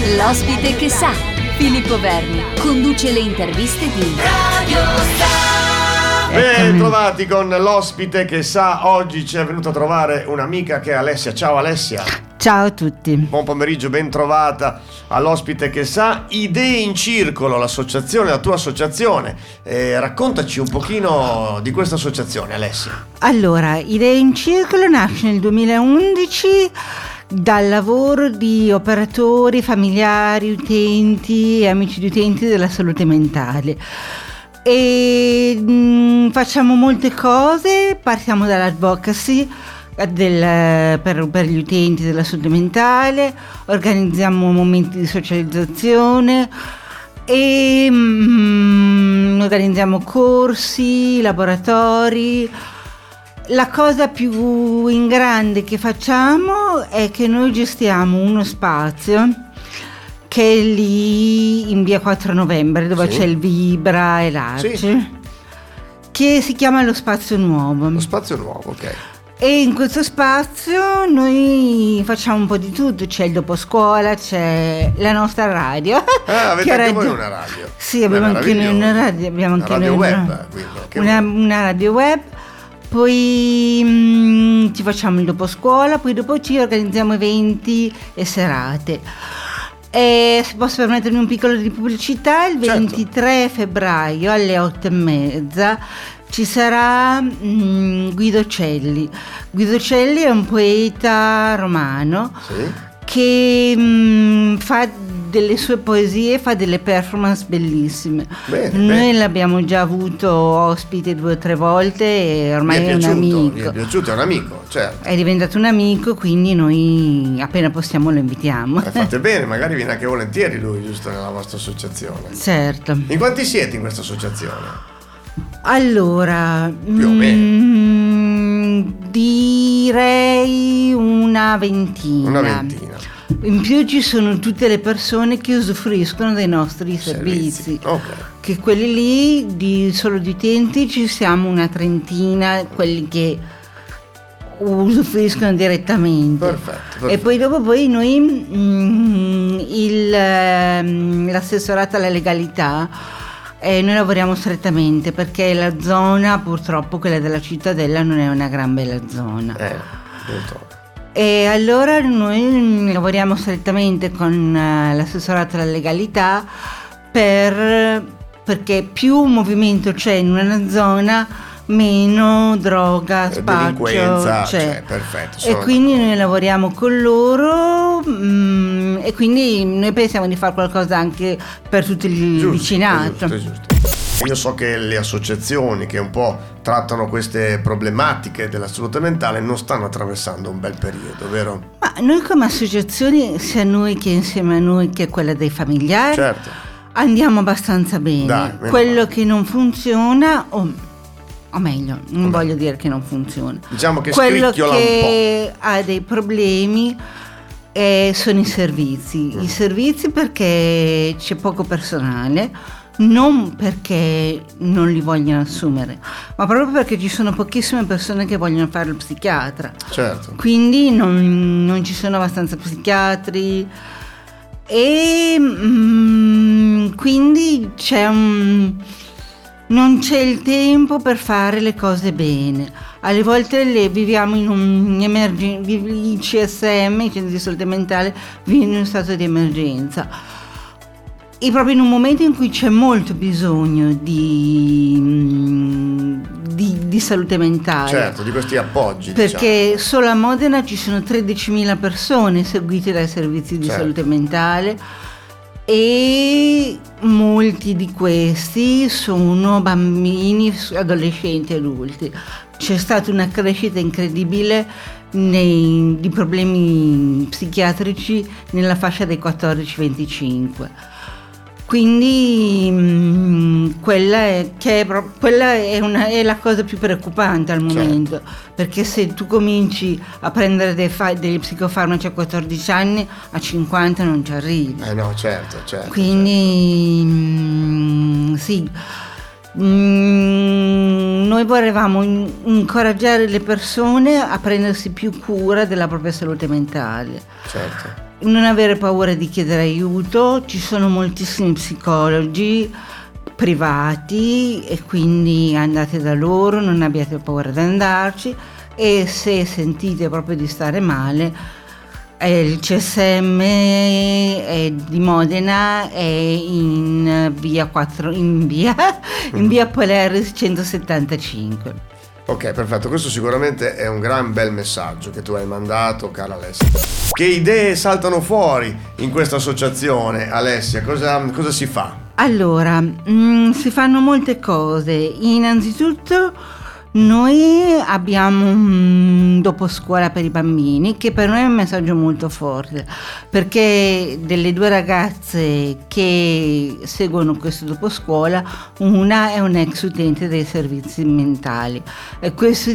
L'ospite che sa. Filippo Verni conduce le interviste di Radio Star. Ben trovati con l'ospite che sa. Oggi ci è venuta a trovare un'amica che è Alessia. Ciao Alessia. Ciao a tutti. Buon pomeriggio, ben trovata all'ospite che sa. Idee in Circolo, l'associazione, la tua associazione. Raccontaci un pochino di questa associazione, Alessia. Allora, Idee in Circolo nasce nel 2011 dal lavoro di operatori, familiari, utenti e amici di utenti della salute mentale. E facciamo molte cose, partiamo dall'advocacy per gli utenti della salute mentale, organizziamo momenti di socializzazione e organizziamo corsi, laboratori. La cosa più in grande che facciamo è che noi gestiamo uno spazio che è lì in via 4 novembre dove c'è il Vibra e l'Arci, che si chiama lo Spazio Nuovo. Lo Spazio Nuovo, ok. E in questo spazio noi facciamo un po' di tutto, c'è il doposcuola, c'è la nostra radio. Ah, avete anche voi una radio? Sì, abbiamo anche noi una radio, abbiamo anche radio noi web, una radio web. Poi ci facciamo il doposcuola, poi dopo ci organizziamo eventi e serate. E se posso permettermi un piccolo di pubblicità, il 23 febbraio alle 8:30 ci sarà Guido Celli. Guido Celli è un poeta romano che fa delle sue poesie, fa delle performance bellissime. Noi l'abbiamo già avuto ospite 2 o 3 volte e ormai è un amico. Mi è piaciuto, è un amico, certo. È diventato un amico, quindi noi appena possiamo lo invitiamo. Fate bene, magari viene anche volentieri lui, giusto, nella vostra associazione. Certo. In quanti siete in questa associazione? Allora, più o meno direi una ventina. Una ventina. In più ci sono tutte le persone che usufruiscono dei nostri servizi. Che quelli lì solo di utenti ci siamo una trentina, quelli che usufruiscono direttamente. Perfetto. E poi dopo noi l'assessorato alla legalità, noi lavoriamo strettamente perché la zona, purtroppo quella della Cittadella, non è una gran bella zona. Purtroppo. E allora noi lavoriamo strettamente con l'assessorato alla legalità perché più movimento c'è in una zona, meno droga, spaccio delinquenza c'è. Perfetto. E quindi noi lavoriamo con loro e quindi noi pensiamo di fare qualcosa anche per tutto il vicinato. Giusto. Io so che le associazioni che un po' trattano queste problematiche della salute mentale non stanno attraversando un bel periodo, vero? Ma noi come associazione, sia noi che insieme a noi che quella dei familiari, andiamo abbastanza bene. Dai, quello che non funziona, o meglio, non voglio dire che non funziona. Diciamo che quello scricchiola che ha dei problemi sono i servizi. I servizi perché c'è poco personale. Non perché non li vogliono assumere, ma proprio perché ci sono pochissime persone che vogliono fare lo psichiatra. Certo. Quindi non ci sono abbastanza psichiatri e quindi non c'è il tempo per fare le cose bene. Alle volte viviamo in i CSM, i centri di salute mentale, vivono in uno stato di emergenza. E proprio in un momento in cui c'è molto bisogno di salute mentale. Certo, di questi appoggi. Perché solo a Modena ci sono 13.000 persone seguite dai servizi di salute mentale e molti di questi sono bambini, adolescenti, adulti. C'è stata una crescita incredibile di problemi psichiatrici nella fascia dei 14-25. Quindi quella è la cosa più preoccupante al momento, perché se tu cominci a prendere degli psicofarmaci a 14 anni, a 50 non ci arrivi. No, certo. Quindi sì, noi volevamo incoraggiare le persone a prendersi più cura della propria salute mentale. Certo. non avere paura di chiedere aiuto, ci sono moltissimi psicologi privati e quindi andate da loro, non abbiate paura di andarci, e se sentite proprio di stare male, il CSM di Modena è in via Polaris 175. Ok, perfetto, questo sicuramente è un gran bel messaggio che tu hai mandato, cara Alessia. Che idee saltano fuori in questa associazione, Alessia? Cosa si fa? Allora, si fanno molte cose. Innanzitutto noi abbiamo un dopo scuola per i bambini, che per noi è un messaggio molto forte, perché delle 2 ragazze che seguono questo dopo scuola, una è un ex utente dei servizi mentali, e questo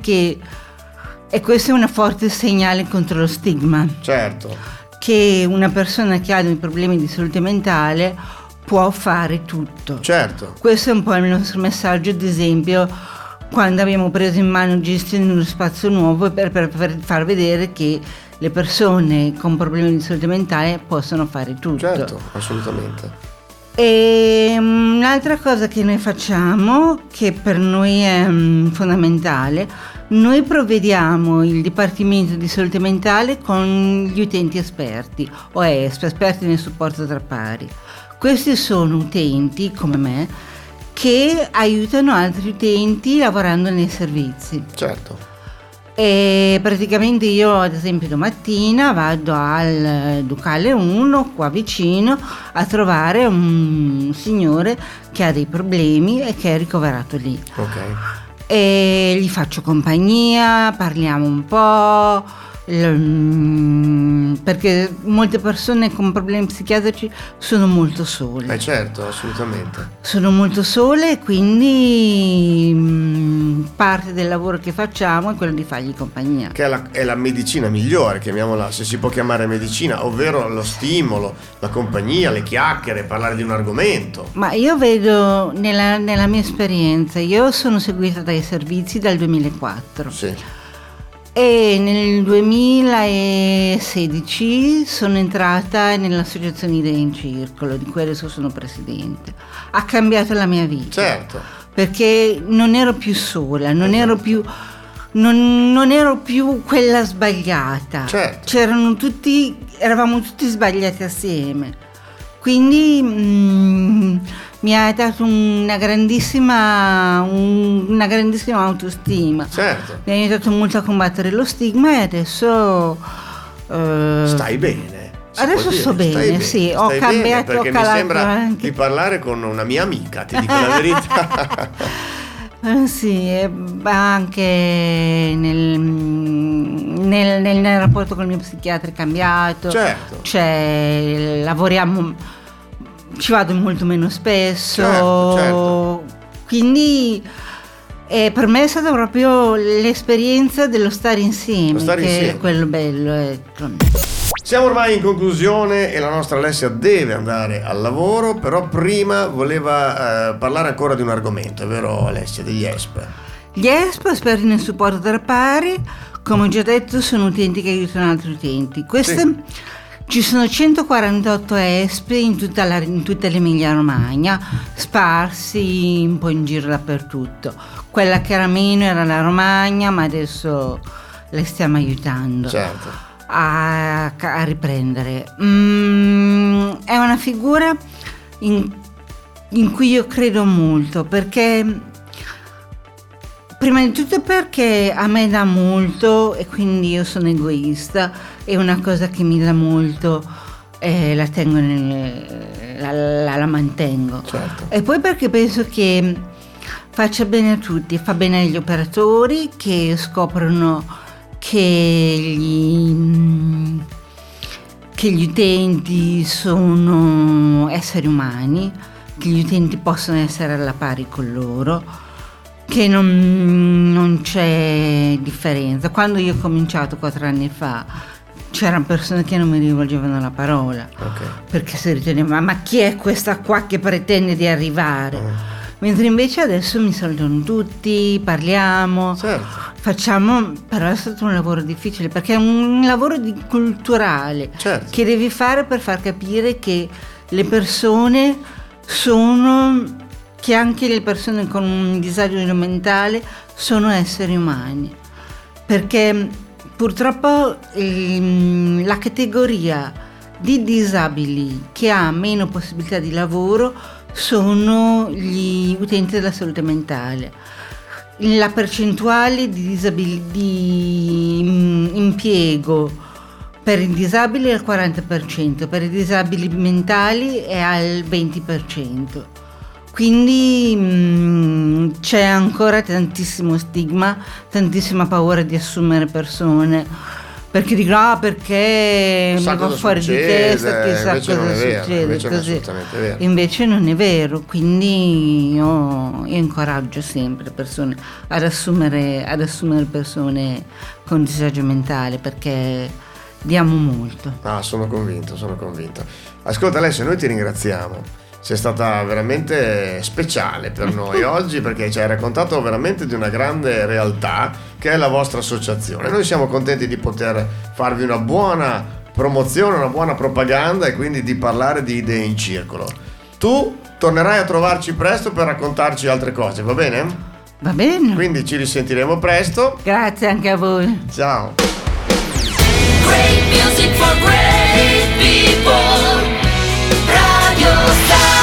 è un forte segnale contro lo stigma. Certo. Che una persona che ha dei problemi di salute mentale può fare tutto. Certo. Questo è un po' il nostro messaggio, ad esempio, quando abbiamo preso in mano Gestione uno spazio nuovo, per far vedere che le persone con problemi di salute mentale possono fare tutto. Certo, assolutamente. E un'altra cosa che noi facciamo, che per noi è fondamentale, noi provvediamo il Dipartimento di Salute Mentale con gli utenti esperti, o ESP, esperti nel supporto tra pari. Questi sono utenti come me che aiutano altri utenti lavorando nei servizi. Certo. E praticamente io, ad esempio, domattina vado al Ducale 1 qua vicino a trovare un signore che ha dei problemi e che è ricoverato lì. Ok. E gli faccio compagnia, parliamo un po', perché molte persone con problemi psichiatrici sono molto sole. Certo, assolutamente. Sono molto sole, e quindi parte del lavoro che facciamo è quello di fargli compagnia. Che è la medicina migliore, chiamiamola, se si può chiamare medicina, ovvero lo stimolo, la compagnia, le chiacchiere, parlare di un argomento. Ma io vedo nella mia esperienza, io sono seguita dai servizi dal 2004. Sì. E nel 2016 sono entrata nell'associazione Idee in Circolo, di cui adesso sono presidente. Ha cambiato la mia vita. Certo. Perché non ero più sola, non ero più quella sbagliata. Certo. Eravamo tutti sbagliati assieme. Quindi mi ha dato una grandissima autostima. Certo. Mi ha aiutato molto a combattere lo stigma, e adesso stai bene. Adesso sto bene, sì. Ho cambiato, perché mi sembra di parlare con una mia amica, ti dico la verità. Sì, anche nel rapporto con il mio psichiatra è cambiato. Certo. Cioè, lavoriamo, ci vado molto meno spesso. Certo. Quindi per me è stata proprio l'esperienza dello stare insieme, è quello bello, ecco. Siamo ormai in conclusione e la nostra Alessia deve andare al lavoro, però prima voleva parlare ancora di un argomento, è vero Alessia, degli ESP? Gli ESP, esperti nel supporto tra pari, come ho già detto, sono utenti che aiutano altri utenti. Ci sono 148 ESP in tutta l'Emilia Romagna, sparsi un po' in giro dappertutto. Quella che era meno era la Romagna, ma adesso le stiamo aiutando. Certo. A riprendere. È una figura in cui io credo molto, perché prima di tutto perché a me dà molto e quindi io sono egoista, e una cosa che mi dà molto la tengo la mantengo. Certo. E poi perché penso che faccia bene a tutti, fa bene agli operatori che scoprono che gli utenti sono esseri umani, che gli utenti possono essere alla pari con loro, che non c'è differenza. Quando io ho cominciato 4 anni fa c'erano persone che non mi rivolgevano la parola, perché si riteneva ma chi è questa qua che pretende di arrivare? Mentre invece adesso mi salutano tutti, parliamo. Certo. però è stato un lavoro difficile, perché è un lavoro culturale, certo, che devi fare per far capire che le persone che anche le persone con un disagio mentale sono esseri umani, perché purtroppo la categoria di disabili che ha meno possibilità di lavoro sono gli utenti della salute mentale. La percentuale di impiego per i disabili è al 40%, per i disabili mentali è al 20%. Quindi c'è ancora tantissimo stigma, tantissima paura di assumere persone, perché dicono perché mi va fuori di testa, chissà cosa succede, così. Invece non è vero, quindi io incoraggio sempre le persone ad assumere persone con disagio mentale, perché diamo molto. Sono convinto. Ascolta Alessia, noi ti ringraziamo. Sei stata veramente speciale per noi oggi, perché ci hai raccontato veramente di una grande realtà che è la vostra associazione. Noi siamo contenti di poter farvi una buona promozione, una buona propaganda e quindi di parlare di Idee in Circolo. Tu tornerai a trovarci presto per raccontarci altre cose, va bene? Va bene. Quindi ci risentiremo presto. Grazie anche a voi. Ciao. Great music for great people. Radio Star.